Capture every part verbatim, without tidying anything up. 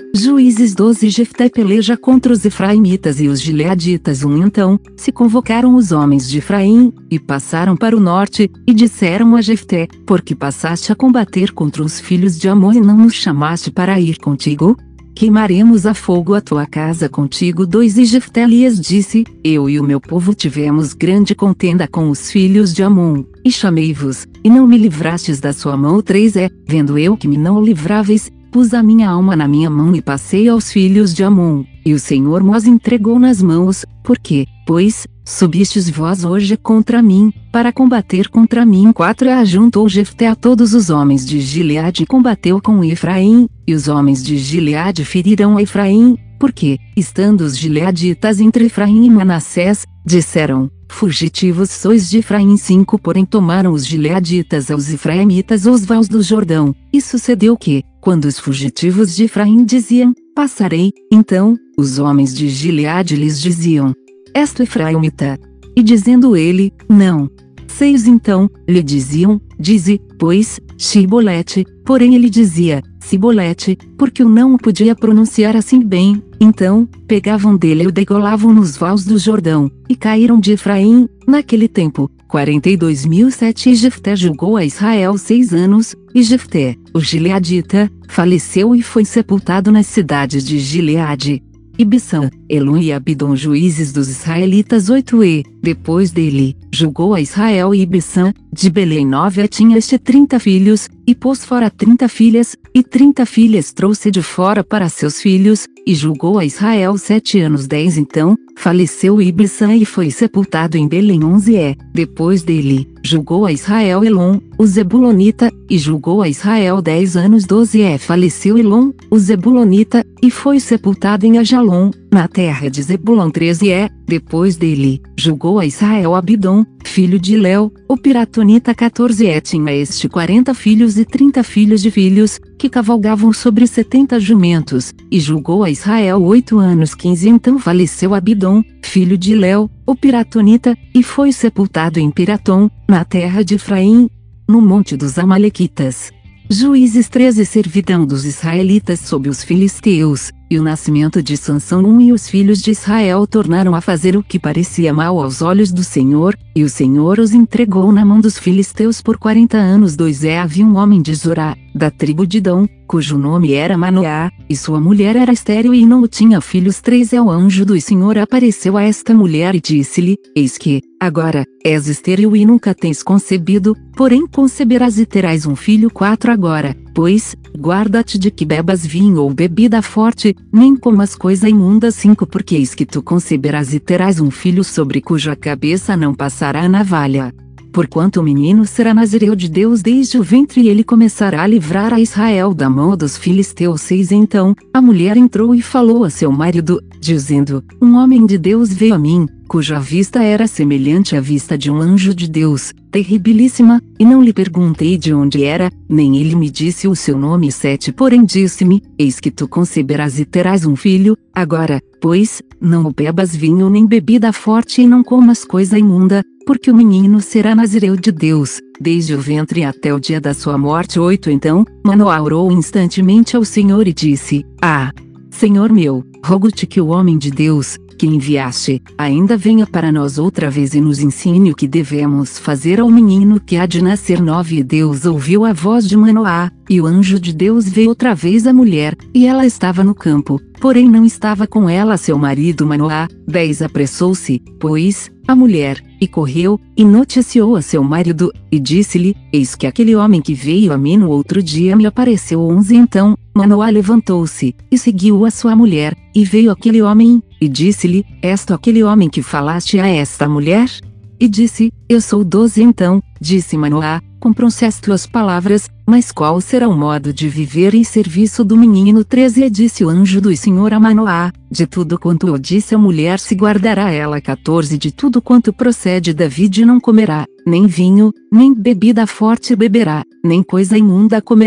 Juízes doze. Jefté peleja contra os efraimitas e os gileaditas. um Então, se convocaram os homens de Efraim, e passaram para o norte, e disseram a Jefté: por que passaste a combater contra os filhos de Amon e não nos chamaste para ir contigo? Queimaremos a fogo a tua casa contigo. dois E Jefté lhes disse: eu e o meu povo tivemos grande contenda com os filhos de Amon, e chamei-vos, e não me livrastes da sua mão. três É, vendo eu que me não livráveis, pus a minha alma na minha mão e passei aos filhos de Amon, e o Senhor nos entregou nas mãos. Por quê, pois, subistes vós hoje contra mim, para combater contra mim? quatro E ajuntou Jefté a todos os homens de Gileade e combateu com Efraim, e os homens de Gileade feriram a Efraim, porque, estando os gileaditas entre Efraim e Manassés, disseram: fugitivos sois de Efraim. cinco Porém tomaram os gileaditas aos efraimitas os vales do Jordão, e sucedeu que, quando os fugitivos de Efraim diziam: passarei, então, os homens de Gileade lhes diziam: és tu efraimita? E dizendo ele: não. seis Então, lhe diziam: dize, pois, Shibolete, porém ele dizia: Sibolete, porque o não o podia pronunciar assim bem. Então, pegavam dele e o degolavam nos vales do Jordão, e caíram de Efraim, naquele tempo, quarenta e dois mil. sete E Jefté julgou a Israel seis anos, e Jefté, o gileadita, faleceu e foi sepultado nas cidades de Gileade. Ibsã, Elon e Abidom, juízes dos israelitas. oito E, depois dele, julgou a Israel e Ibsã, de Belém. nove E tinha este trinta filhos, e pôs fora trinta filhas, e trinta filhas trouxe de fora para seus filhos, e julgou a Israel sete anos. dez Então, faleceu Ibsã e foi sepultado em Belém. onze E, depois dele, julgou a Israel Elon, o Zebulonita, e julgou a Israel dez anos. doze E faleceu Elon, o Zebulonita, e foi sepultado em Ajalon, na terra de Zebulon. treze E, depois dele, julgou a Israel Abidom, filho de Léu, o Piratonita. quatorze E tinha este quarenta filhos e trinta filhos de filhos, que cavalgavam sobre setenta jumentos, e julgou a Israel oito anos. quinze Então faleceu Abidom, filho de Léu, o Piratonita, e foi sepultado em Piratom, na terra de Efraim, no monte dos Amalequitas. Juízes treze Servidão dos israelitas sob os filisteus, e o nascimento de Sansão. um E os filhos de Israel tornaram a fazer o que parecia mal aos olhos do Senhor, e o Senhor os entregou na mão dos filisteus por quarenta anos. dois E havia um homem de Zorá, da tribo de Dom, cujo nome era Manoá, e sua mulher era estéril e não tinha filhos. três E o anjo do Senhor apareceu a esta mulher e disse-lhe: eis que, agora, és estéril e nunca tens concebido, porém conceberás e terás um filho. quatro Agora, pois, guarda-te de que bebas vinho ou bebida forte, nem comas coisa imunda. cinco Porque eis que tu conceberás e terás um filho sobre cuja cabeça não passará a navalha. Porquanto o menino será nazireu de Deus desde o ventre, e ele começará a livrar a Israel da mão dos filisteus. seis Então, a mulher entrou e falou a seu marido, dizendo: um homem de Deus veio a mim, cuja vista era semelhante à vista de um anjo de Deus, terribilíssima, e não lhe perguntei de onde era, nem ele me disse o seu nome. sete Porém disse-me: eis que tu conceberás e terás um filho. Agora, pois, não bebas vinho nem bebida forte e não comas coisa imunda, porque o menino será nazireu de Deus, desde o ventre até o dia da sua morte. oito Então, Manoá orou instantemente ao Senhor e disse: ah, Senhor meu, rogo-te que o homem de Deus, que enviaste, ainda venha para nós outra vez e nos ensine o que devemos fazer ao menino que há de nascer. nove E Deus ouviu a voz de Manoá, e o anjo de Deus veio outra vez à mulher, e ela estava no campo, porém não estava com ela seu marido Manoá. dez Apressou-se, pois, a mulher, e correu, e noticiou a seu marido, e disse-lhe: eis que aquele homem que veio a mim no outro dia me apareceu. onze Então, Manoá levantou-se, e seguiu a sua mulher, e veio aquele homem, e disse-lhe: és tu aquele homem que falaste a esta mulher? E disse: eu sou. doze Então, disse Manoá: cumpram-se as tuas palavras, mas qual será o modo de viver em serviço do menino? treze E disse o anjo do Senhor a Manoá: de tudo quanto eu disse a mulher se guardará ela. quatorze De tudo quanto procede da vide não comerá, nem vinho, nem bebida forte beberá, nem coisa imunda comerá,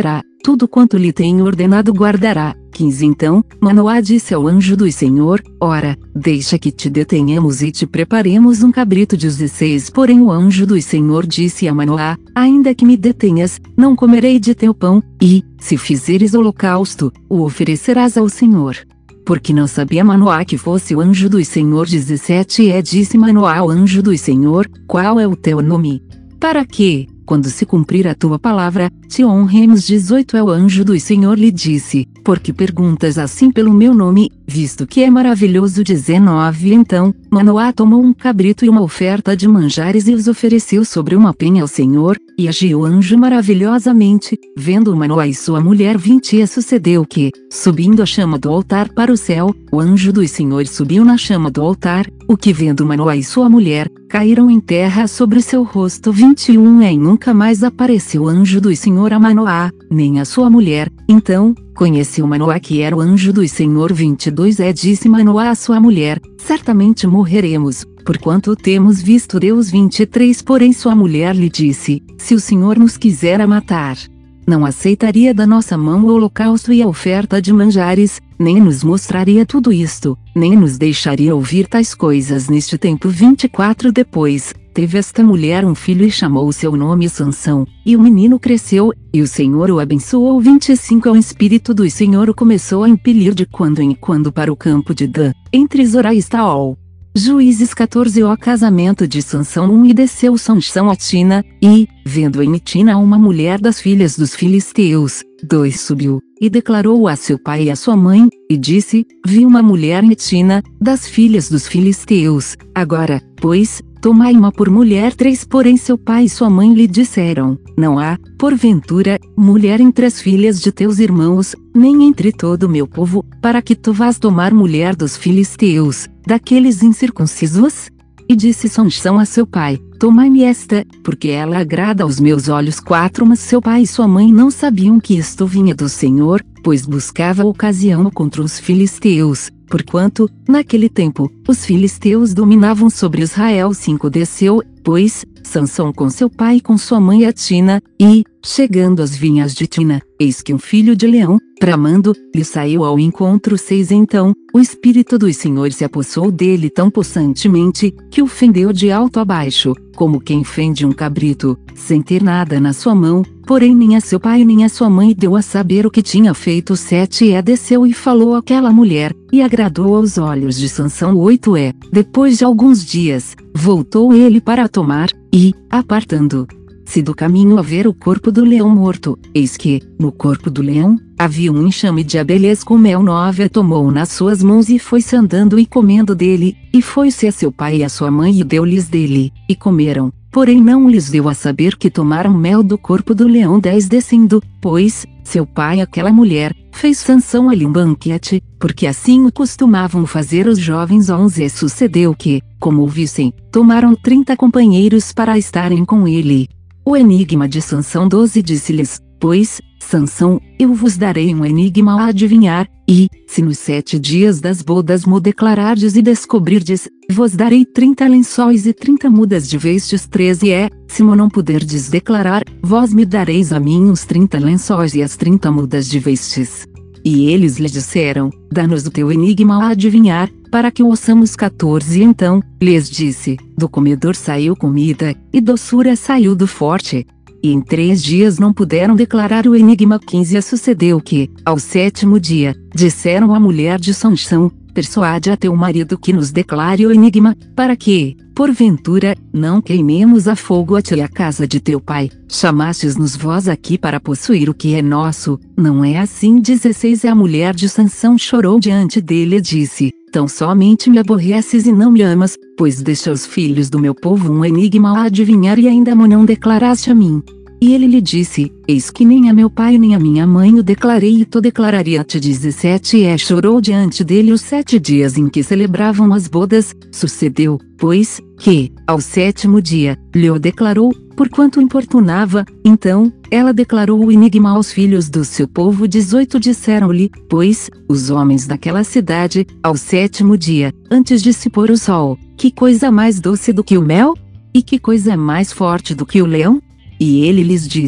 tudo quanto lhe tenho ordenado guardará. quinze Então, Manoá disse ao anjo do Senhor: Ora, deixa que te detenhamos e te preparemos um cabrito. dezesseis Porém o anjo do Senhor disse a Manoá: Ainda que me detenhas, não comerei de teu pão, e, se fizeres holocausto, o oferecerás ao Senhor. Porque não sabia Manoá que fosse o anjo do Senhor. dezessete E disse Manoá ao anjo do Senhor: Qual é o teu nome? Para que, quando se cumprir a tua palavra, te honremos. dezoito É o anjo do Senhor lhe disse: Porque perguntas assim pelo meu nome, visto que é maravilhoso. dezenove Então, Manoá tomou um cabrito e uma oferta de manjares e os ofereceu sobre uma penha ao Senhor, e agiu o anjo maravilhosamente, vendo Manoá e sua mulher. vinte E sucedeu que, subindo a chama do altar para o céu, o anjo do Senhor subiu na chama do altar, o que vendo Manoá e sua mulher, caíram em terra sobre seu rosto. vinte e um E nunca mais apareceu o anjo do Senhor a Manoá, nem a sua mulher. Então, conheceu Manoá que era o anjo do Senhor. vinte e dois E disse Manoá à sua mulher: Certamente morreremos, porquanto temos visto Deus. vinte e três Porém sua mulher lhe disse: Se o Senhor nos quisera matar, não aceitaria da nossa mão o holocausto e a oferta de manjares, nem nos mostraria tudo isto, nem nos deixaria ouvir tais coisas neste tempo. vinte e quatro Depois, teve esta mulher um filho e chamou o seu nome Sansão, e o menino cresceu, e o Senhor o abençoou. vinte e cinco O Espírito do Senhor o começou a impelir de quando em quando para o campo de Dan, entre Zorá e Estaol. Juízes quatorze O casamento de Sansão. um E desceu Sansão a Tina, e, vendo em Tina uma mulher das filhas dos filisteus. dois Subiu, e declarou a seu pai e a sua mãe, e disse: Vi uma mulher em Tina, das filhas dos filisteus. Agora, pois, tomai-ma por mulher. três Porém seu pai e sua mãe lhe disseram: Não há, porventura, mulher entre as filhas de teus irmãos, nem entre todo o meu povo, para que tu vás tomar mulher dos filisteus, daqueles incircuncisos? E disse Sansão a seu pai: Tomai-me esta, porque ela agrada aos meus olhos. quatro Mas seu pai e sua mãe não sabiam que isto vinha do Senhor, pois buscava ocasião contra os filisteus, porquanto, naquele tempo, os filisteus dominavam sobre Israel. cinco Desceu, pois, Sansão com seu pai e com sua mãe a Tina, e, chegando às vinhas de Tina, eis que um filho de leão, bramando, lhe saiu ao encontro. seis Então, o Espírito do Senhor se apossou dele tão possantemente, que o fendeu de alto a baixo, como quem fende um cabrito, sem ter nada na sua mão, porém nem a seu pai nem a sua mãe deu a saber o que tinha feito. sete E desceu e falou àquela mulher, e agradou aos olhos de Sansão. oito E, depois de alguns dias, voltou ele para a tomar, e, apartando-se do caminho a ver o corpo do leão morto, eis que, no corpo do leão, havia um enxame de abelhas com mel. nove Tomou nas suas mãos e foi-se andando e comendo dele, e foi-se a seu pai e a sua mãe e deu-lhes dele, e comeram, porém não lhes deu a saber que tomaram mel do corpo do leão. dez Descendo, pois, seu pai e aquela mulher, fez Sansão ali um banquete, porque assim o costumavam fazer os jovens. onze E sucedeu que, como o vissem, tomaram trinta companheiros para estarem com ele. O enigma de Sansão. doze Disse-lhes, pois, Sansão: Eu vos darei um enigma a adivinhar, e, se nos sete dias das bodas mo declarardes e descobrirdes, vos darei trinta lençóis e trinta mudas de vestes. treze É, se mo não puderdes declarar, vós me dareis a mim os trinta lençóis e as trinta mudas de vestes. E eles lhe disseram: Dá-nos o teu enigma a adivinhar, para que o ouçamos. quatorze Então, lhes disse: Do comedor saiu comida, e doçura saiu do forte. E em três dias não puderam declarar o enigma. quinze E sucedeu que, ao sétimo dia, disseram à mulher de Sansão: Persuade a teu marido que nos declare o enigma, para que, porventura, não queimemos a fogo a ti e a casa de teu pai. Chamastes-nos vós aqui para possuir o que é nosso, não é assim? dezesseis E a mulher de Sansão chorou diante dele e disse: Tão somente me aborreces e não me amas, pois deixa os filhos do meu povo um enigma a adivinhar e ainda mo não declaraste a mim. E ele lhe disse: Eis que nem a meu pai nem a minha mãe o declarei e tu declararia-te. dezessete E chorou diante dele os sete dias em que celebravam as bodas. Sucedeu, pois, que, ao sétimo dia, lhe o declarou, porquanto importunava. Então, ela declarou o enigma aos filhos do seu povo. dezoito Disseram-lhe, pois, os homens daquela cidade, ao sétimo dia, antes de se pôr o sol: Que coisa mais doce do que o mel? E que coisa mais forte do que o leão? E ele lhes disse: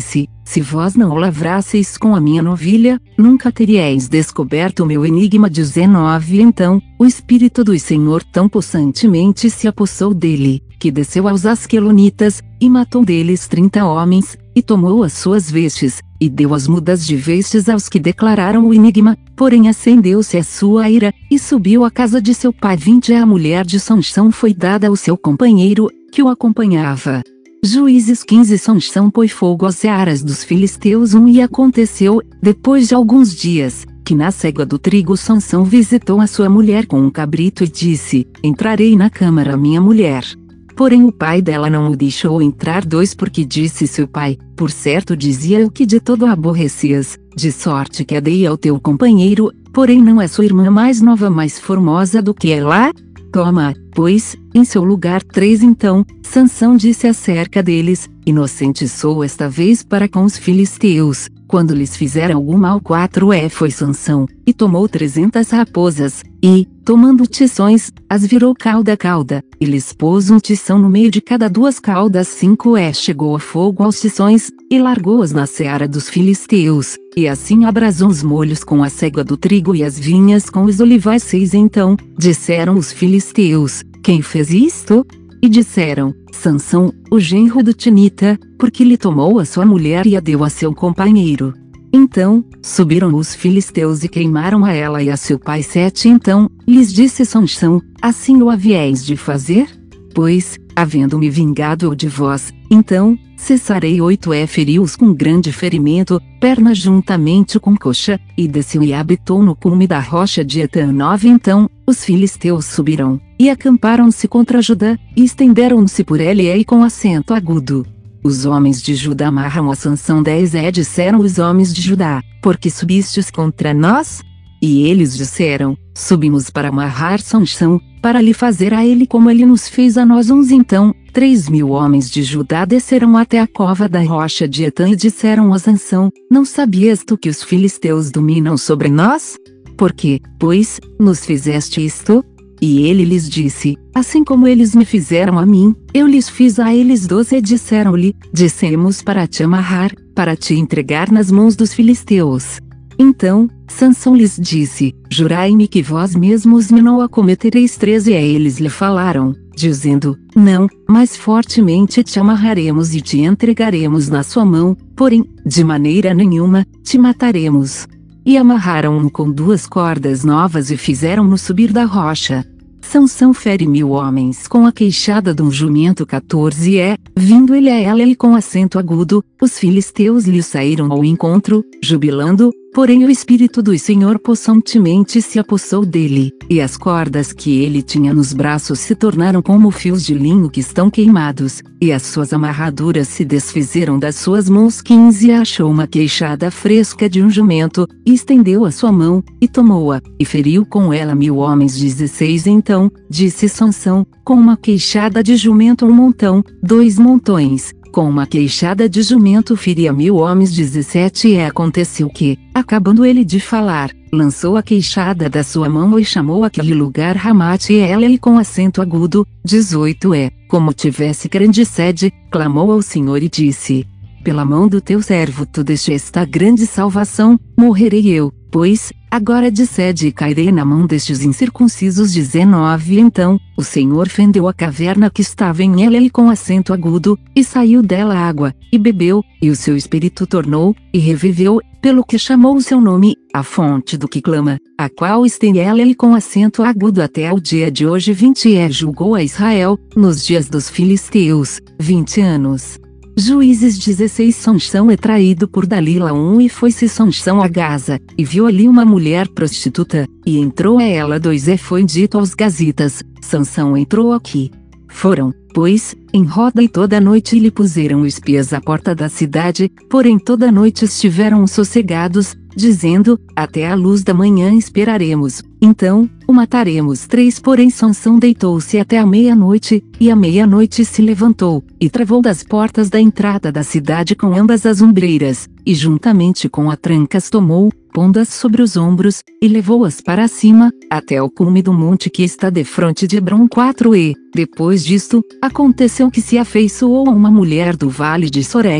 se vós não o lavrasseis com a minha novilha, nunca teríeis descoberto o meu enigma. dezenove Então, o Espírito do Senhor tão possantemente se apossou dele, que desceu aos Asquelonitas, e matou deles trinta homens, e tomou as suas vestes, e deu as mudas de vestes aos que declararam o enigma, porém acendeu-se a sua ira, e subiu à casa de seu pai. vinte A mulher de Sansão foi dada ao seu companheiro, que o acompanhava. Juízes quinze Sansão pôs fogo às searas dos filisteus. um E aconteceu, depois de alguns dias, que na cega do trigo Sansão visitou a sua mulher com um cabrito e disse: entrarei na câmara minha mulher. Porém o pai dela não o deixou entrar. dois Porque disse seu pai: por certo dizia eu que de todo a aborrecias, de sorte que a dei ao teu companheiro, porém não é sua irmã mais nova mais formosa do que ela? Toma, pois, em seu lugar. três Então, Sansão disse acerca deles: inocente sou esta vez para com os filisteus, quando lhes fizeram algum mal. quatro E foi Sansão, e tomou trezentas raposas, e, tomando tições, as virou cauda a cauda, e lhes pôs um tição no meio de cada duas caudas. cinco E chegou a fogo aos tições, e largou-as na seara dos filisteus, e assim abrasou os molhos com a cega do trigo e as vinhas com os olivais. seis Então, disseram os filisteus: quem fez isto? E disseram: Sansão, o genro do Tinita, porque lhe tomou a sua mulher e a deu a seu companheiro. Então, subiram os filisteus e queimaram a ela e a seu pai. sete Então, lhes disse Sansão: assim o havieis de fazer? Pois, havendo-me vingado eu de vós, então, cessarei. oito E feriu-os com grande ferimento, perna juntamente com coxa, e desceu e habitou no cume da rocha de Etã. nove Então, os filisteus subiram, e acamparam-se contra Judá, e estenderam-se por ele e com acento agudo. Os homens de Judá amarram a Sansão. dez E disseram os homens de Judá: por que subistes contra nós? E eles disseram: subimos para amarrar Sansão, para lhe fazer a ele como ele nos fez a nós. onze Então, três mil homens de Judá desceram até a cova da rocha de Etã e disseram a Sansão: não sabias tu que os filisteus dominam sobre nós? Por que, pois, nos fizeste isto? E ele lhes disse: assim como eles me fizeram a mim, eu lhes fiz a eles. doze E disseram-lhe: dissemos para te amarrar, para te entregar nas mãos dos filisteus. Então, Sansão lhes disse: jurai-me que vós mesmos me não acometereis. treze E eles lhe falaram, dizendo: não, mas fortemente te amarraremos e te entregaremos na sua mão, porém, de maneira nenhuma, te mataremos. E amarraram-no com duas cordas novas e fizeram-no subir da rocha. Sansão fere mil homens com a queixada de um jumento. quatorze E, vindo ele a ela e com acento agudo, os filisteus lhe saíram ao encontro, jubilando, porém o Espírito do Senhor possantemente se apossou dele, e as cordas que ele tinha nos braços se tornaram como fios de linho que estão queimados, e as suas amarraduras se desfizeram das suas mãos. quinze Achou uma queixada fresca de um jumento, e estendeu a sua mão, e tomou-a, e feriu com ela mil homens. dezesseis Então, disse Sansão: com uma queixada de jumento um montão, dois montões, com uma queixada de jumento feria mil homens. dezessete E aconteceu que, acabando ele de falar, lançou a queixada da sua mão e chamou aquele lugar Ramate e ela e com acento agudo. dezoito E, como tivesse grande sede, clamou ao Senhor e disse: pela mão do teu servo tu deste esta grande salvação, morrerei eu, pois, agora de sede cairei na mão destes incircuncisos. dezenove Então, o Senhor fendeu a caverna que estava em ela e com acento agudo, e saiu dela água, e bebeu, e o seu espírito tornou, e reviveu, pelo que chamou o seu nome, a fonte do que clama, a qual está em ela e com acento agudo até ao dia de hoje. vinte E julgou a Israel, nos dias dos filisteus, vinte anos. Juízes dezesseis Sansão é traído por Dalila. um E foi-se Sansão a Gaza, e viu ali uma mulher prostituta, e entrou a ela. dois E foi dito aos gazitas: Sansão entrou aqui. Foram, pois, em roda e toda a noite lhe puseram espias à porta da cidade, porém toda a noite estiveram sossegados, dizendo: até a luz da manhã esperaremos, então, o mataremos. três Porém Sansão deitou-se até a meia-noite, e à meia-noite se levantou, e travou das portas da entrada da cidade com ambas as ombreiras, e juntamente com a trancas tomou, pondo-as sobre os ombros, e levou-as para cima, até o cume do monte que está defronte de Hebrom. quatro E, depois disto, aconteceu que se afeiçoou a uma mulher do vale de Soreque,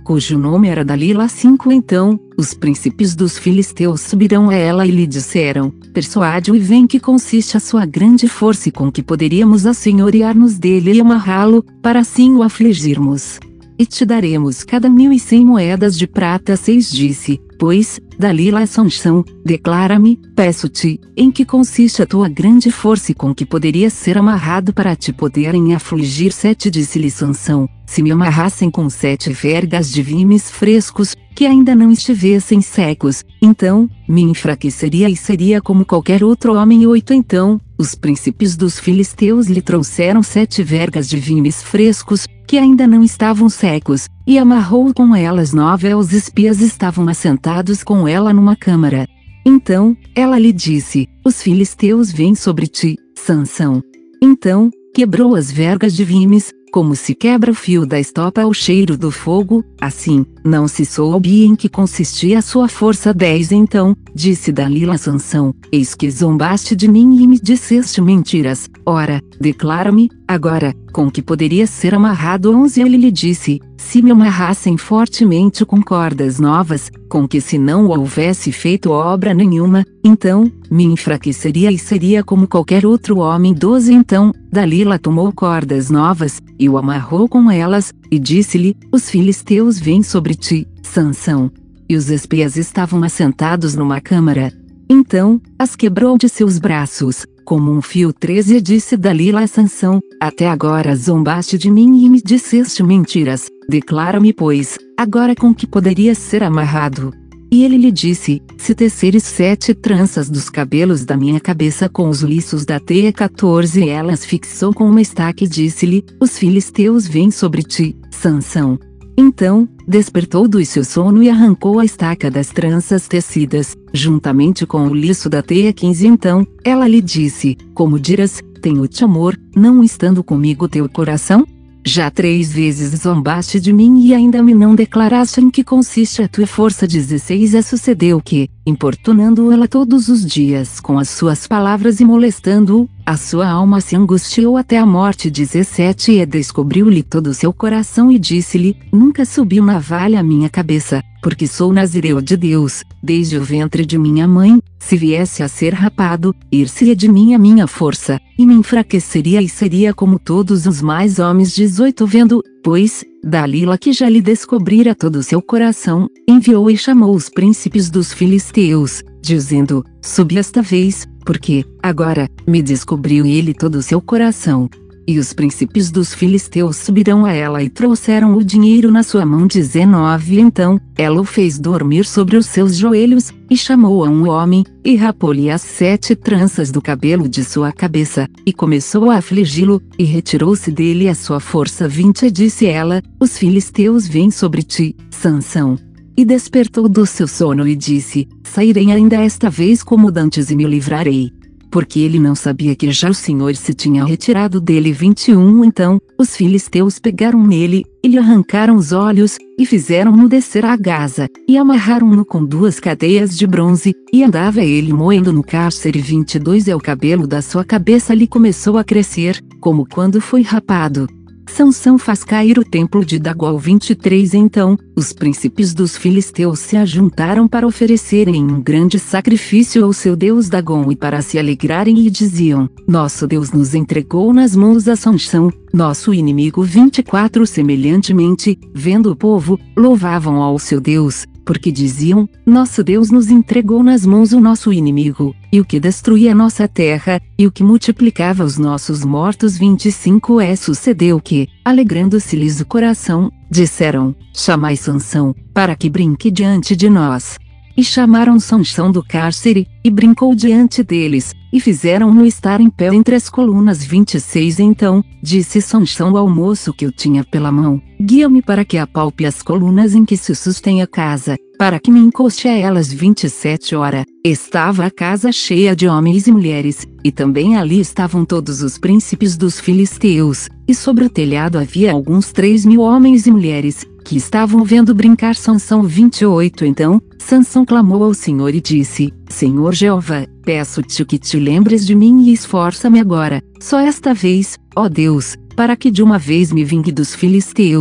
cujo nome era Dalila. cinco Então, os príncipes dos filisteus subirão a ela e lhe disseram: persuade-o e vê em que consiste a sua grande força e com que poderíamos assenhorear-nos dele e amarrá-lo, para assim o afligirmos. E te daremos cada mil e cem moedas de prata. seis Disse, pois, Dalila a Sansão: declara-me, peço-te, em que consiste a tua grande força e com que poderias ser amarrado para te poderem afligir. sete Disse-lhe Sansão: se me amarrassem com sete vergas de vimes frescos, que ainda não estivessem secos, então, me enfraqueceria e seria como qualquer outro homem. oito Então, os príncipes dos filisteus lhe trouxeram sete vergas de vimes frescos, que ainda não estavam secos, e amarrou com elas nove. Os espias estavam assentados com ela numa câmara. Então, ela lhe disse: os filisteus vêm sobre ti, Sansão. Então, quebrou as vergas de vimes, como se quebra o fio da estopa ao cheiro do fogo, assim, não se soube em que consistia a sua força. dez Então, disse Dalila a Sansão: eis que zombaste de mim e me disseste mentiras, ora, declara-me, agora, com que poderia ser amarrado. onze Ele lhe disse: se me amarrassem fortemente com cordas novas, com que se não houvesse feito obra nenhuma, então, me enfraqueceria e seria como qualquer outro homem. doze Então, Dalila tomou cordas novas, e o amarrou com elas, e disse-lhe: os filisteus vêm sobre ti, Sansão. E os espias estavam assentados numa câmara. Então, as quebrou de seus braços, como um fio. treze Disse Dalila a Sansão: até agora zombaste de mim e me disseste mentiras, declara-me pois, agora com que poderia ser amarrado. E ele lhe disse: se teceres sete tranças dos cabelos da minha cabeça com os liços da teia. quatorze Ela as fixou com uma estaca e disse-lhe: os filisteus vêm sobre ti, Sansão. Então, despertou do seu sono e arrancou a estaca das tranças tecidas, juntamente com o liço da teia. quinze Então, ela lhe disse: como dirás, tenho-te amor, não estando comigo teu coração? Já três vezes zombaste de mim e ainda me não declaraste em que consiste a tua força. dezesseis E sucedeu que, importunando ela todos os dias com as suas palavras e molestando-o, a sua alma se angustiou até a morte. dezessete E descobriu-lhe todo o seu coração e disse-lhe: nunca subiu navalha à minha cabeça, porque sou nazireu de Deus, desde o ventre de minha mãe. Se viesse a ser rapado, ir-se-ia de mim a minha força, e me enfraqueceria e seria como todos os mais homens. dezoito Vendo, pois, Dalila que já lhe descobrira todo o seu coração, enviou e chamou os príncipes dos filisteus, dizendo: subi esta vez, porque, agora, me descobriu ele todo o seu coração. E os príncipes dos filisteus subiram a ela e trouxeram o dinheiro na sua mão. dezenove Então, ela o fez dormir sobre os seus joelhos, e chamou a um homem, e rapou-lhe as sete tranças do cabelo de sua cabeça, e começou a afligi-lo, e retirou-se dele a sua força. vinte E disse ela: os filisteus vêm sobre ti, Sansão. E despertou do seu sono e disse: sairei ainda esta vez como dantes e me livrarei. Porque ele não sabia que já o Senhor se tinha retirado dele. vinte e um Então, os filisteus pegaram nele, e lhe arrancaram os olhos, e fizeram-no descer à Gaza, e amarraram-no com duas cadeias de bronze, e andava ele moendo no cárcere. vinte e dois E o cabelo da sua cabeça lhe começou a crescer, como quando foi rapado. Sansão faz cair o templo de Dagol. vinte e três Então, os príncipes dos filisteus se ajuntaram para oferecerem um grande sacrifício ao seu deus Dagom e para se alegrarem, e diziam: nosso Deus nos entregou nas mãos a Sansão, nosso inimigo. vinte e quatro Semelhantemente, vendo o povo, louvavam ao seu Deus, porque diziam: nosso Deus nos entregou nas mãos o nosso inimigo, e o que destruía nossa terra, e o que multiplicava os nossos mortos. vinte e cinco E sucedeu que, alegrando-se-lhes o coração, disseram: chamai Sansão, para que brinque diante de nós. E chamaram Sansão do cárcere, e brincou diante deles, e fizeram-no estar em pé entre as colunas. vinte e seis Então, disse Sansão ao moço que o tinha pela mão: guia-me para que apalpe as colunas em que se sustém a casa, para que me encoste a elas. vinte e sete Ora, estava a casa cheia de homens e mulheres, e também ali estavam todos os príncipes dos filisteus, e sobre o telhado havia alguns três mil homens e mulheres, que estavam vendo brincar Sansão. vinte e oito Então, Sansão clamou ao Senhor e disse: Senhor Jeová, peço-te que te lembres de mim e esforça-me agora, só esta vez, ó Deus, para que de uma vez me vingue dos filisteus.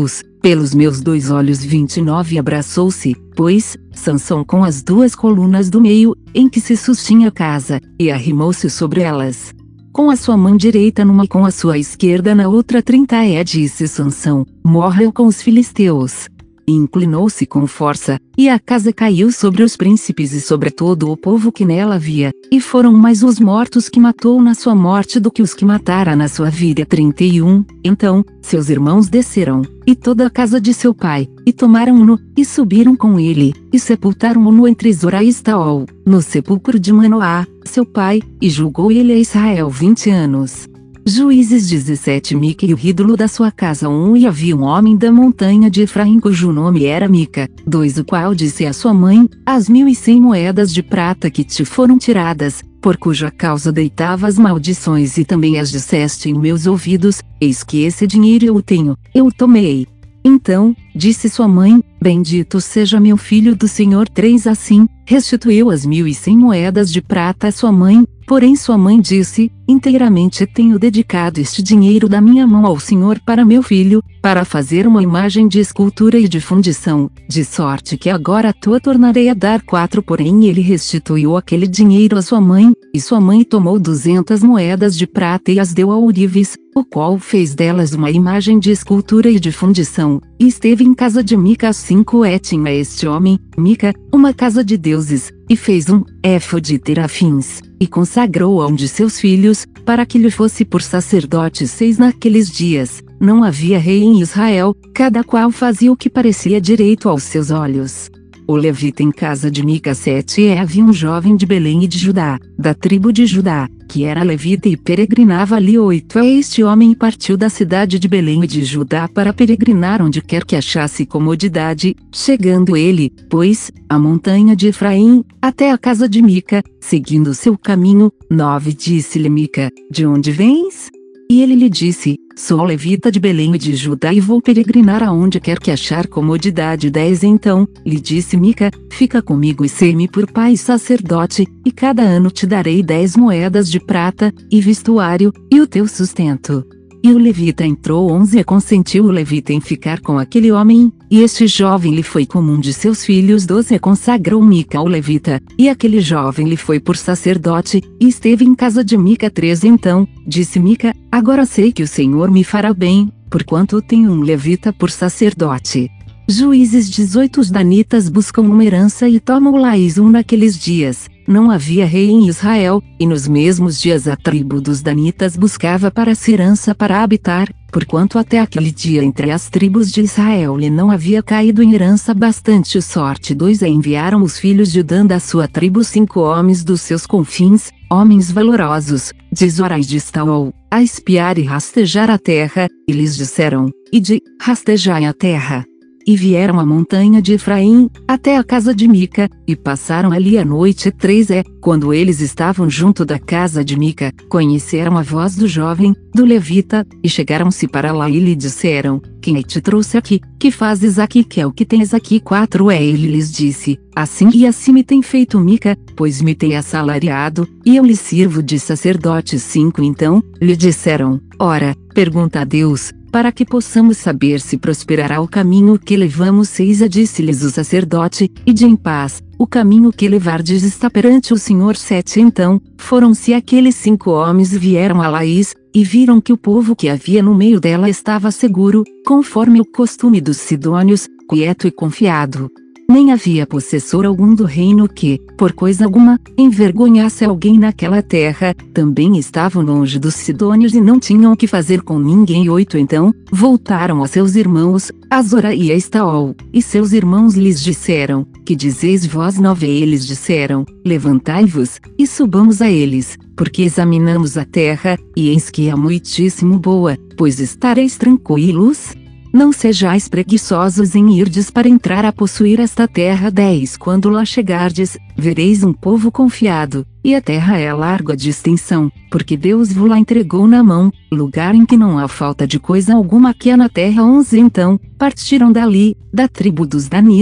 pelos meus dois olhos. vinte e nove Abraçou-se, pois, Sansão com as duas colunas do meio, em que se sustinha a casa, e arrimou-se sobre elas, com a sua mão direita numa e com a sua esquerda na outra. trinta E disse Sansão: morreu com os filisteus. E inclinou-se com força, e a casa caiu sobre os príncipes e sobre todo o povo que nela havia, e foram mais os mortos que matou na sua morte do que os que matara na sua vida. trinta e um Então, seus irmãos desceram, e toda a casa de seu pai, e tomaram-no, e subiram com ele, e sepultaram-no entre Zorá e Estaol, no sepulcro de Manoá, seu pai, e julgou ele a Israel vinte anos. Juízes dezessete Mica e o ídolo da sua casa. um E havia um homem da montanha de Efraim cujo nome era Mica. dois O qual disse à sua mãe: as mil e cem moedas de prata que te foram tiradas, por cuja causa deitavas maldições e também as disseste em meus ouvidos, eis que esse dinheiro eu o tenho, eu o tomei. Então, disse sua mãe: bendito seja meu filho do Senhor. três Assim, restituiu as mil e cem moedas de prata à sua mãe, porém sua mãe disse: inteiramente tenho dedicado este dinheiro da minha mão ao Senhor para meu filho, para fazer uma imagem de escultura e de fundição, de sorte que agora tua tornarei a dar quatro. Porém ele restituiu aquele dinheiro à sua mãe, e sua mãe tomou duzentas moedas de prata e as deu a Ourives, o qual fez delas uma imagem de escultura e de fundição, e esteve em casa de Mica. cinco E tinha este homem, Mica, uma casa de deuses, e fez um éfode de terafins, e consagrou a um de seus filhos, para que lhe fosse por sacerdote. seis Naqueles dias, não havia rei em Israel, cada qual fazia o que parecia direito aos seus olhos. O levita em casa de Mica. sete E havia um jovem de Belém e de Judá, da tribo de Judá, que era levita e peregrinava ali. oito E este homem partiu da cidade de Belém e de Judá para peregrinar onde quer que achasse comodidade, chegando ele, pois, à montanha de Efraim, até a casa de Mica, seguindo seu caminho. nove Disse-lhe Mica: de onde vens? E ele lhe disse: sou levita de Belém e de Judá e vou peregrinar aonde quer que achar comodidade. dez Então, lhe disse Mica: fica comigo e sê-me por pai e sacerdote, e cada ano te darei dez moedas de prata, e vestuário, e o teu sustento. E o levita entrou. onze E consentiu o levita em ficar com aquele homem, e este jovem lhe foi como um de seus filhos. doze E consagrou Mica ao levita, e aquele jovem lhe foi por sacerdote, e esteve em casa de Mica. treze Então, disse Mica: agora sei que o Senhor me fará bem, porquanto tenho um levita por sacerdote. Juízes dezoito Os danitas buscam uma herança e tomam Laís. um Naqueles dias, não havia rei em Israel, e nos mesmos dias a tribo dos danitas buscava para si herança para habitar, porquanto até aquele dia entre as tribos de Israel lhe não havia caído em herança bastante sorte. dois E enviaram os filhos de Dan da sua tribo cinco homens dos seus confins, homens valorosos, de Zorá e de Estaol, a espiar e rastejar a terra, e lhes disseram: ide, rastejai a terra. E vieram à montanha de Efraim, até a casa de Mica, e passaram ali a noite. três E, quando eles estavam junto da casa de Mica, conheceram a voz do jovem, do levita, e chegaram-se para lá e lhe disseram: quem te trouxe aqui? Que fazes aqui? Que é o que tens aqui? quatro E ele lhes disse: assim e assim me tem feito Mica, pois me tem assalariado, e eu lhe sirvo de sacerdote. cinco Então, lhe disseram: ora, pergunta a Deus, para que possamos saber se prosperará o caminho que levamos. seis E disse-lhes o sacerdote: ide em paz, o caminho que levardes está perante o Senhor. sete Então, foram-se aqueles cinco homens e vieram a Laís, e viram que o povo que havia no meio dela estava seguro, conforme o costume dos sidônios, quieto e confiado. Nem havia possessor algum do reino que, por coisa alguma, envergonhasse alguém naquela terra. Também estavam longe dos sidônios e não tinham o que fazer com ninguém. oito Então, voltaram a seus irmãos, a Zorá e a Estaol, e seus irmãos lhes disseram: que dizeis vós? nove Eles disseram: levantai-vos, e subamos a eles, porque examinamos a terra, e eis que é muitíssimo boa, pois estareis tranquilos? Não sejais preguiçosos em irdes para entrar a possuir esta terra. dez Quando lá chegardes, vereis um povo confiado, e a terra é larga de extensão, porque Deus vos lá entregou na mão, lugar em que não há falta de coisa alguma que há na terra. onze Então, partiram dali, da tribo dos danitas,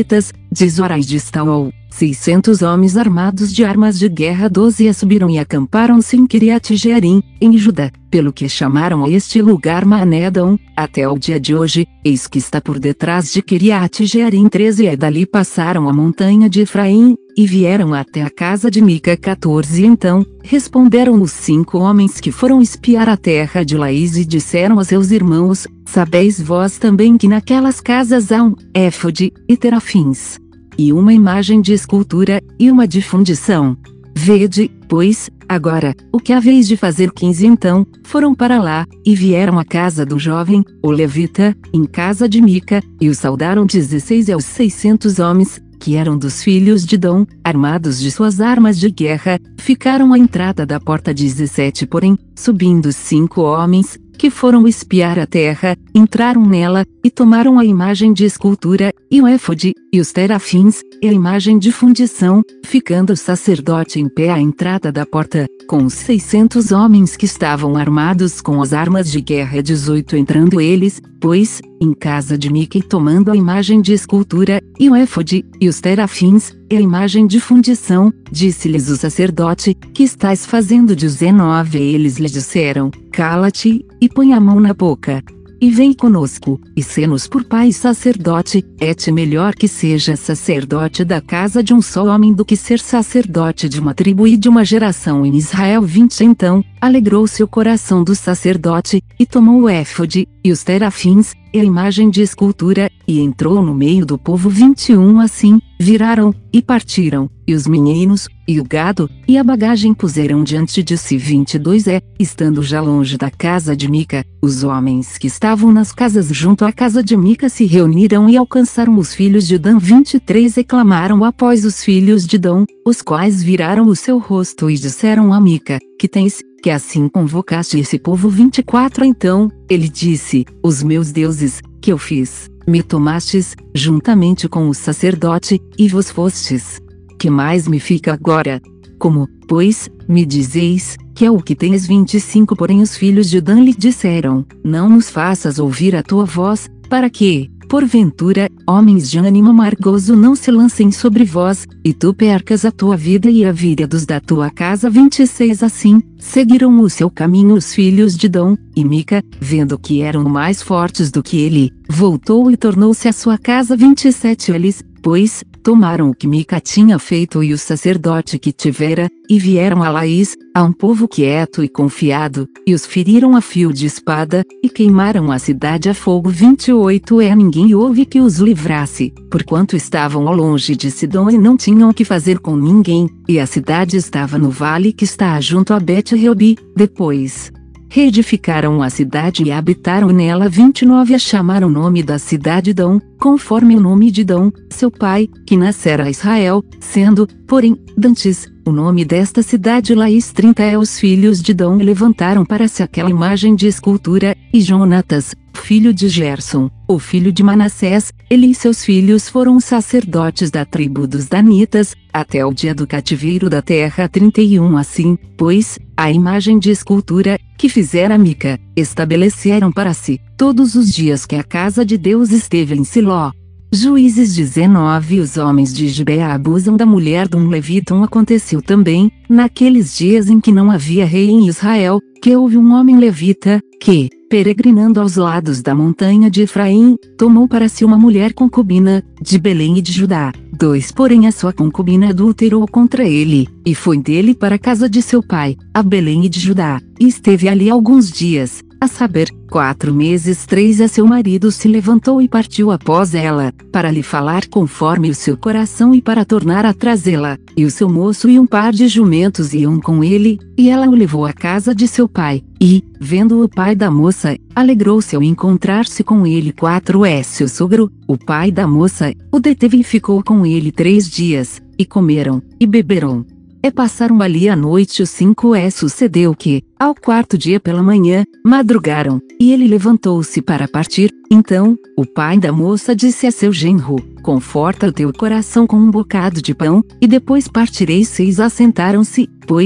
de Zorá e de Estaol, seiscentos homens armados de armas de guerra. Doze e subiram e acamparam-se em Kiriat Jearim, em Judá, pelo que chamaram a este lugar Maanedão, até o dia de hoje. Eis que está por detrás de Kiriat Jearim. Treze e dali passaram a montanha de Efraim, e vieram até a casa de Mica. quatorze Então, responderam os cinco homens que foram espiar a terra de Laís e disseram a seus irmãos: sabeis vós também que naquelas casas há um éfode, e terafins, e uma imagem de escultura, e uma de fundição. Vede, pois, agora, o que haveis de fazer. Quinze Então, foram para lá, e vieram à casa do jovem, o levita, em casa de Mica, e o saudaram. Dezesseis E aos seiscentos homens, que eram dos filhos de Dom, armados de suas armas de guerra, ficaram à entrada da porta. Dezessete Porém, subindo cinco homens, que foram espiar a terra, entraram nela, e tomaram a imagem de escultura, e o éfode, e os terafins, e a imagem de fundição, ficando o sacerdote em pé à entrada da porta, com os seiscentos homens que estavam armados com as armas de guerra. Dezoito Entrando eles, pois, em casa de Mica, e tomando a imagem de escultura, e o éfode, e os terafins, e a imagem de fundição, disse-lhes o sacerdote: que estáis fazendo? Dezenove Eles lhe disseram: cala-te, e põe a mão na boca, e vem conosco, e sê-nos por pai sacerdote. É-te melhor que seja sacerdote da casa de um só homem do que ser sacerdote de uma tribo e de uma geração em Israel. Vinte Então, alegrou-se o coração do sacerdote, e tomou o éfode, e os terafins, e a imagem de escultura, e entrou no meio do povo. Vinte e um Assim, viraram, e partiram, e os meninos, e o gado, e a bagagem puseram diante de si. Vinte e dois É, estando já longe da casa de Mica, os homens que estavam nas casas junto à casa de Mica se reuniram e alcançaram os filhos de Dan. Vinte e três E clamaram após os filhos de Dom, os quais viraram o seu rosto e disseram a Mica: que tens, que assim convocaste esse povo? Vinte e quatro Então, ele disse: os meus deuses, que eu fiz, me tomastes, juntamente com o sacerdote, e vos fostes. Que mais me fica agora? Como, pois, me dizeis, que é o que tens? Vinte e cinco Porém os filhos de Dan lhe disseram: não nos faças ouvir a tua voz, para que, porventura, homens de ânimo amargoso não se lancem sobre vós, e tu percas a tua vida e a vida dos da tua casa. Vinte e seis Assim, seguiram o seu caminho os filhos de Dom, e Mica, vendo que eram mais fortes do que ele, voltou e tornou-se à sua casa. Vinte e sete Eles, pois, tomaram o que Mica tinha feito e o sacerdote que tivera, e vieram a Laís, a um povo quieto e confiado, e os feriram a fio de espada, e queimaram a cidade a fogo. Vinte e oito É ninguém houve que os livrasse, porquanto estavam ao longe de Sidom e não tinham o que fazer com ninguém, e a cidade estava no vale que está junto a Bet-Reobi. Depois, reedificaram a cidade e habitaram nela. Vinte e nove A chamaram o nome da cidade Dom, conforme o nome de Dom, seu pai, que nascera a Israel, sendo, porém, dantes, o nome desta cidade Laís. trinta É os filhos de Dom levantaram para si aquela imagem de escultura, e Jonatas, filho de Gerson, o filho de Manassés, ele e seus filhos foram sacerdotes da tribo dos Danitas, até o dia do cativeiro da terra. trinta e um Assim, pois, a imagem de escultura, que fizera Mica, estabeleceram para si, todos os dias que a casa de Deus esteve em Siló. Juízes dezenove Os homens de Gibeá abusam da mulher de um levita. Um Aconteceu também, naqueles dias em que não havia rei em Israel, que houve um homem levita, que, peregrinando aos lados da montanha de Efraim, tomou para si uma mulher concubina, de Belém e de Judá. Dois Porém a sua concubina adulterou contra ele, e foi dele para a casa de seu pai, a Belém e de Judá, e esteve ali alguns dias, a saber, quatro meses. Três A seu marido se levantou e partiu após ela, para lhe falar conforme o seu coração e para tornar a trazê-la, e o seu moço e um par de jumentos iam com ele, e ela o levou à casa de seu pai, e, vendo o pai da moça, alegrou-se ao encontrar-se com ele. Quatro É seu sogro, o pai da moça, o deteve e ficou com ele três dias, e comeram, e beberam. É passaram ali a noite. Os cinco É sucedeu que, ao quarto dia pela manhã, madrugaram, e ele levantou-se para partir. Então, o pai da moça disse a seu genro: conforta o teu coração com um bocado de pão, e depois partirei. Seis Assentaram-se, pois,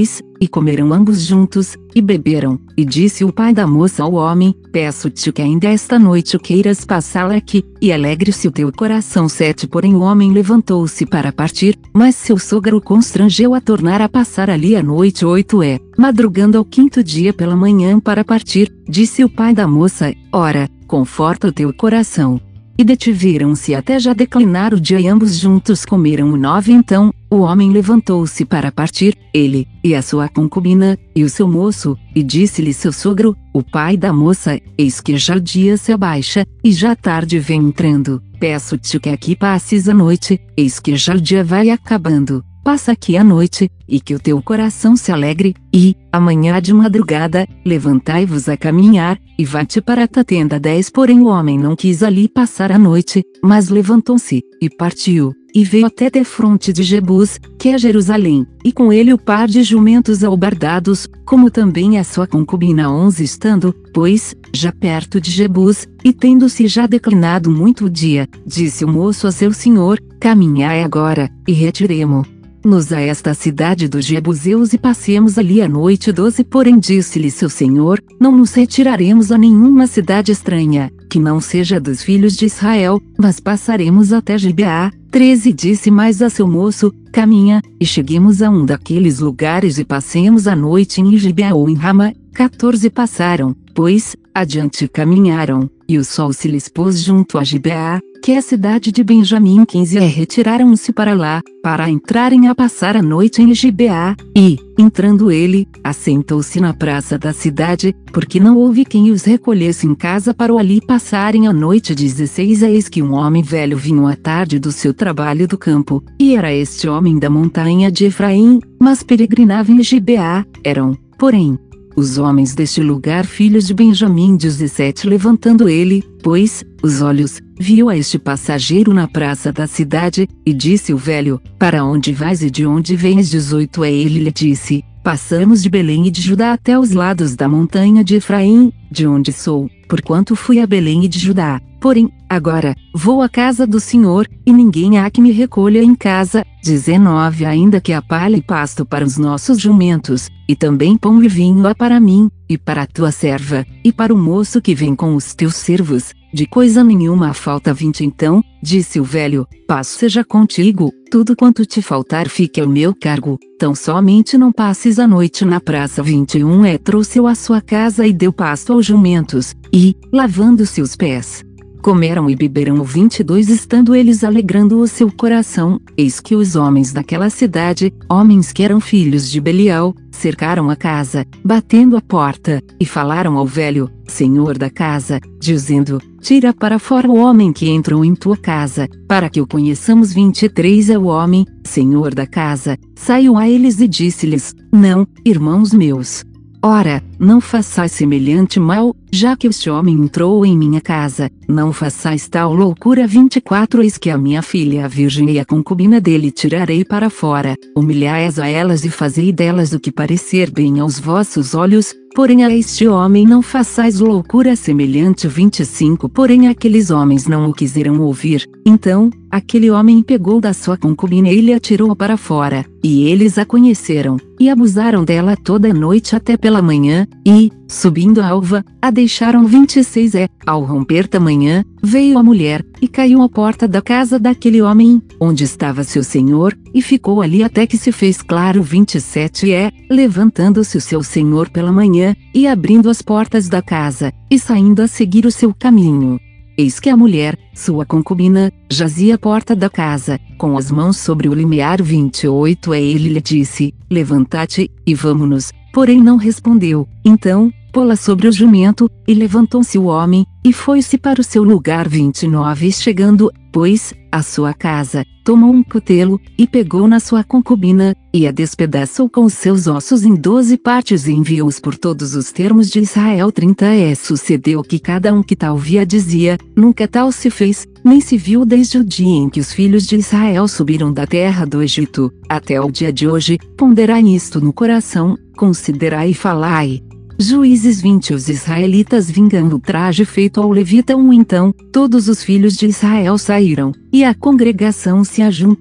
e comeram ambos juntos, e beberam. E disse o pai da moça ao homem: peço-te que ainda esta noite queiras passá-la aqui, e alegre-se o teu coração. Sete Porém o homem levantou-se para partir, mas seu sogro o constrangeu a tornar a passar ali a noite. Oito É, madrugando ao quinto dia pela manhã para partir, disse o pai da moça: ora, conforta o teu coração. E detiveram-se até já declinar o dia e ambos juntos comeram. O nove Então, o homem levantou-se para partir, ele, e a sua concubina, e o seu moço, e disse-lhe seu sogro, o pai da moça: eis que já o dia se abaixa, e já a tarde vem entrando, peço-te que aqui passes a noite, eis que já o dia vai acabando. Passa aqui a noite, e que o teu coração se alegre, e, amanhã de madrugada, levantai-vos a caminhar, e vá-te para a tua tenda. Dez Porém o homem não quis ali passar a noite, mas levantou-se, e partiu, e veio até defronte de Jebus, que é Jerusalém, e com ele o par de jumentos albardados, como também a sua concubina. Onze Estando, pois, já perto de Jebus, e tendo-se já declinado muito o dia, disse o moço a seu senhor: caminhai agora, e retiremo nos a esta cidade dos Jebuseus e passemos ali a noite. Doze Porém disse-lhe seu senhor: não nos retiraremos a nenhuma cidade estranha, que não seja dos filhos de Israel, mas passaremos até Gibeá. Treze Disse mais a seu moço: caminha, e cheguemos a um daqueles lugares e passemos a noite em Gibeá ou em Rama. Quatorze Passaram, pois, adiante caminharam, e o sol se lhes pôs junto a Gibeá, que é a cidade de Benjamim. Quinze E retiraram-se para lá, para entrarem a passar a noite em Gibeá, e, entrando ele, assentou-se na praça da cidade, porque não houve quem os recolhesse em casa para o ali passarem a noite. Dezesseis Eis que um homem velho vinha à tarde do seu trabalho do campo, e era este homem da montanha de Efraim, mas peregrinava em Gibeá. Eram, porém, os homens deste lugar filhos de Benjamim. Dezessete Levantando ele, pois, os olhos, viu a este passageiro na praça da cidade, e disse o velho: para onde vais e de onde vens? Dezoito É Ele lhe disse: passamos de Belém e de Judá até os lados da montanha de Efraim, de onde sou, porquanto fui a Belém e de Judá. Porém, agora, vou à casa do Senhor, e ninguém há que me recolha em casa. Dezenove Ainda que há palha e pasto para os nossos jumentos, e também pão e vinho há para mim, e para a tua serva, e para o moço que vem com os teus servos, de coisa nenhuma há falta. Vinte Então, disse o velho: paz seja contigo, tudo quanto te faltar fique ao meu cargo, tão somente não passes a noite na praça. Vinte e um É Trouxe-o à sua casa e deu pasto aos jumentos, e, lavando-se os pés, comeram e beberam. O vinte e dois Estando eles alegrando o seu coração, eis que os homens daquela cidade, homens que eram filhos de Belial, cercaram a casa, batendo a porta, e falaram ao velho, senhor da casa, dizendo: tira para fora o homem que entrou em tua casa, para que o conheçamos. Vinte e três É o homem, senhor da casa, saiu a eles e disse-lhes: não, irmãos meus, ora, não façais semelhante mal, já que este homem entrou em minha casa, não façais tal loucura. Vinte e quatro Eis que a minha filha a virgem e a concubina dele tirarei para fora, humilhai-as a elas e fazei delas o que parecer bem aos vossos olhos, porém a este homem não façais loucura semelhante. Vinte e cinco Porém aqueles homens não o quiseram ouvir, então, aquele homem pegou da sua concubina e lhe atirou para fora, e eles a conheceram, e abusaram dela toda a noite até pela manhã, e, subindo a alva, a deixaram. Vinte e seis É, ao romper da manhã, veio a mulher, e caiu à porta da casa daquele homem, onde estava seu senhor, e ficou ali até que se fez claro. Vinte e sete É, levantando-se o seu senhor pela manhã, e abrindo as portas da casa, e saindo a seguir o seu caminho, eis que a mulher, sua concubina, jazia à porta da casa, com as mãos sobre o limiar. Vinte e oito É Ele lhe disse: levanta-te, e vamo-nos. Porém não respondeu. Então, pô-la sobre o jumento, e levantou-se o homem, e foi-se para o seu lugar. Vinte e nove Chegando, pois, à sua casa, tomou um cutelo, e pegou na sua concubina, e a despedaçou com os seus ossos em doze partes e enviou-os por todos os termos de Israel. Trinta É Sucedeu que cada um que tal via dizia: nunca tal se fez, nem se viu desde o dia em que os filhos de Israel subiram da terra do Egito, até o dia de hoje. Ponderai isto no coração, considerai e falai. Juízes vinte Os israelitas vingando o traje feito ao levita. Um Então, todos os filhos de Israel saíram, e a congregação se ajuntou,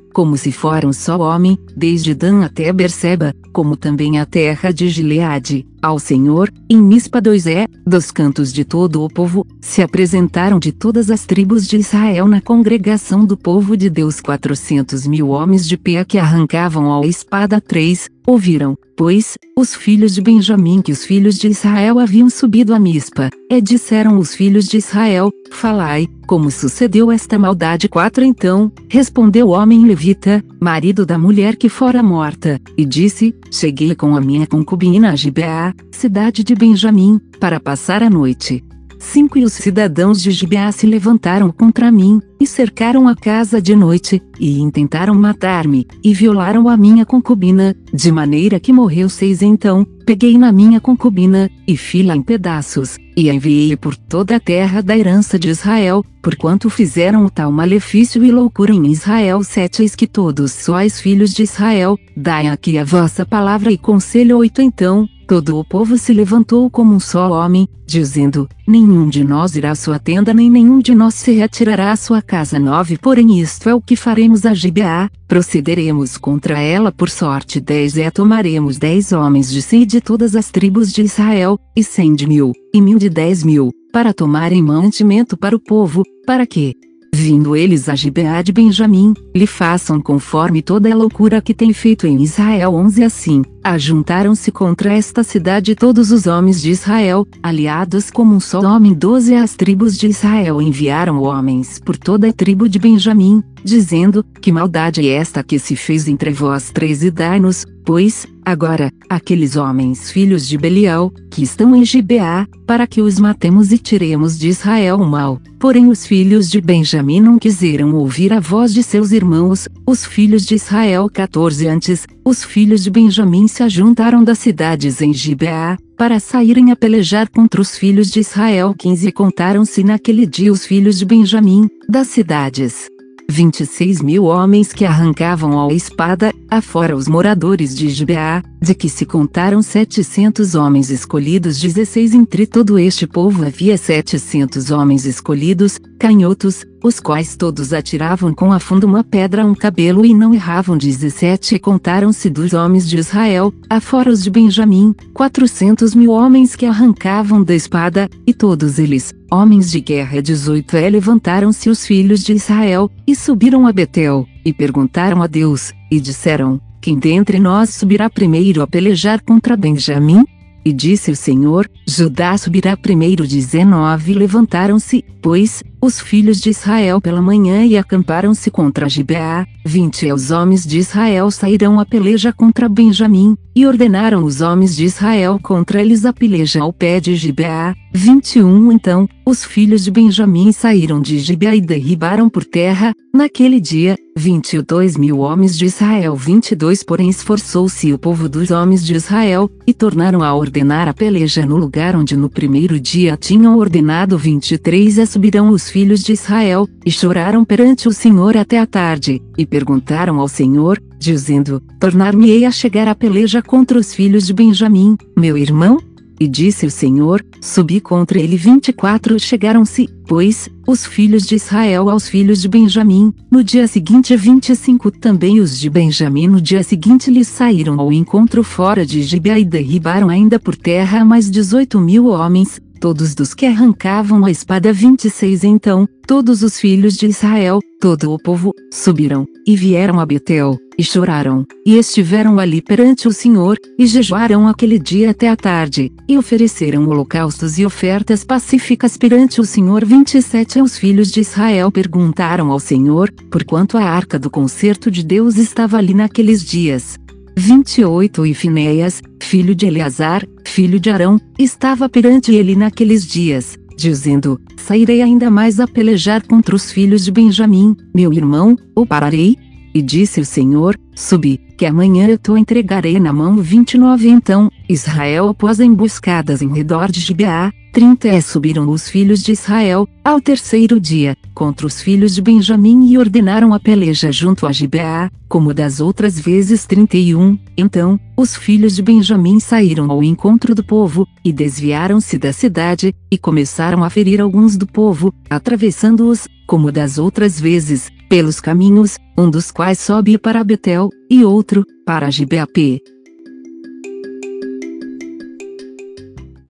como se fora um só homem, desde Dan até Berseba, como também a terra de Gileade, ao Senhor, em Mispa dois é, dos cantos de todo o povo, se apresentaram de todas as tribos de Israel na congregação do povo de Deus quatrocentos mil homens de pé que arrancavam a espada três, ouviram, pois, os filhos de Benjamim que os filhos de Israel haviam subido a Mispa, e disseram os filhos de Israel, falai, como sucedeu esta maldade quatro então, respondeu o homem levita, marido da mulher que fora morta, e disse, cheguei com a minha concubina a Gibeá, cidade de Benjamim, para passar a noite. Cinco e os cidadãos de Gibeá se levantaram contra mim, e cercaram a casa de noite, e intentaram matar-me, e violaram a minha concubina, de maneira que morreu seis então, peguei na minha concubina, e fi-la em pedaços, e a enviei por toda a terra da herança de Israel, porquanto fizeram o tal malefício e loucura em Israel sete eis que todos sois filhos de Israel, dai aqui a vossa palavra e conselho oito então, todo o povo se levantou como um só homem, dizendo, nenhum de nós irá à sua tenda nem nenhum de nós se retirará à sua casa nove porém isto é o que faremos a Gibeá, procederemos contra ela por sorte dez é tomaremos dez homens de si de todas as tribos de Israel, e cem de mil, e mil de dez mil, para tomarem mantimento para o povo, para que, vindo eles a Gibeá de Benjamim, lhe façam conforme toda a loucura que tem feito em Israel onze assim, ajuntaram-se contra esta cidade todos os homens de Israel, aliados como um só homem doze as tribos de Israel enviaram homens por toda a tribo de Benjamim, dizendo, que maldade é esta que se fez entre vós três e dai-nos, pois, agora, aqueles homens filhos de Belial, que estão em Gibeá, para que os matemos e tiremos de Israel o mal. Porém os filhos de Benjamim não quiseram ouvir a voz de seus irmãos, os filhos de Israel quatorze antes, os filhos de Benjamim se ajuntaram das cidades em Gibeá, para saírem a pelejar contra os filhos de Israel quinze e contaram-se naquele dia os filhos de Benjamim, das cidades. vinte e seis mil homens que arrancavam a espada, afora os moradores de Gibeá, de que se contaram setecentos homens escolhidos dezesseis entre todo este povo havia setecentos homens escolhidos, canhotos, os quais todos atiravam com a funda uma pedra a um cabelo e não erravam dezessete e contaram-se dos homens de Israel, afora os de Benjamim, quatrocentos mil homens que arrancavam da espada, e todos eles, homens de guerra dezoito e levantaram-se os filhos de Israel, e subiram a Betel, e perguntaram a Deus, e disseram, quem dentre nós subirá primeiro a pelejar contra Benjamim? E disse o Senhor, Judá subirá primeiro dezenove e levantaram-se, pois, os filhos de Israel pela manhã e acamparam-se contra Gibeá, vinte e os homens de Israel sairão a peleja contra Benjamim, e ordenaram os homens de Israel contra eles a peleja ao pé de Gibeá, vinte e um então, os filhos de Benjamim saíram de Gibeá e derribaram por terra, naquele dia, vinte e dois mil homens de Israel vinte e dois porém esforçou-se o povo dos homens de Israel, e tornaram a ordenar a peleja no lugar onde no primeiro dia tinham ordenado vinte e três e subirão os filhos de Israel, e choraram perante o Senhor até a tarde, e perguntaram ao Senhor, dizendo, tornar-me-ei a chegar à peleja contra os filhos de Benjamim, meu irmão? E disse o Senhor, subi contra ele vinte e quatro chegaram-se, pois, os filhos de Israel aos filhos de Benjamim, no dia seguinte vinte e cinco também os de Benjamim no dia seguinte lhes saíram ao encontro fora de Gibeá e derribaram ainda por terra mais dezoito mil homens, todos dos que arrancavam a espada vinte e seis então, todos os filhos de Israel, todo o povo, subiram, e vieram a Betel, e choraram, e estiveram ali perante o Senhor, e jejuaram aquele dia até a tarde, e ofereceram holocaustos e ofertas pacíficas perante o Senhor vinte e sete os filhos de Israel perguntaram ao Senhor, porquanto a arca do concerto de Deus estava ali naqueles dias. vinte e oito E Finéias, filho de Eleazar, filho de Arão, estava perante ele naqueles dias, dizendo, sairei ainda mais a pelejar contra os filhos de Benjamim, meu irmão, ou pararei? E disse o Senhor, subi, que amanhã eu te entregarei na mão vinte e nove então, Israel pôs emboscadas em redor de Gibeá, trinta e subiram os filhos de Israel, ao terceiro dia, contra os filhos de Benjamim e ordenaram a peleja junto a Gibeá, como das outras vezes trinta e um, então, os filhos de Benjamim saíram ao encontro do povo, e desviaram-se da cidade, e começaram a ferir alguns do povo, atravessando-os, como das outras vezes, pelos caminhos, um dos quais sobe para Betel, e outro, para Gibeapê.